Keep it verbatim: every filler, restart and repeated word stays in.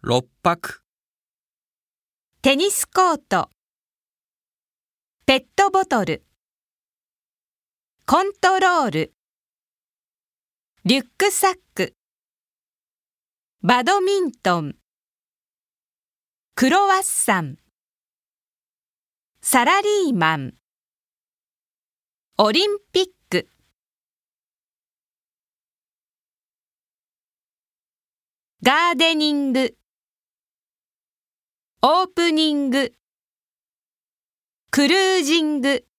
六泊。 テニスコート、ペットボトル、コントロール、リュックサック、バドミントン、クロワッサン、サラリーマン、オリンピック。ガーデニング、オープニング、クルージング。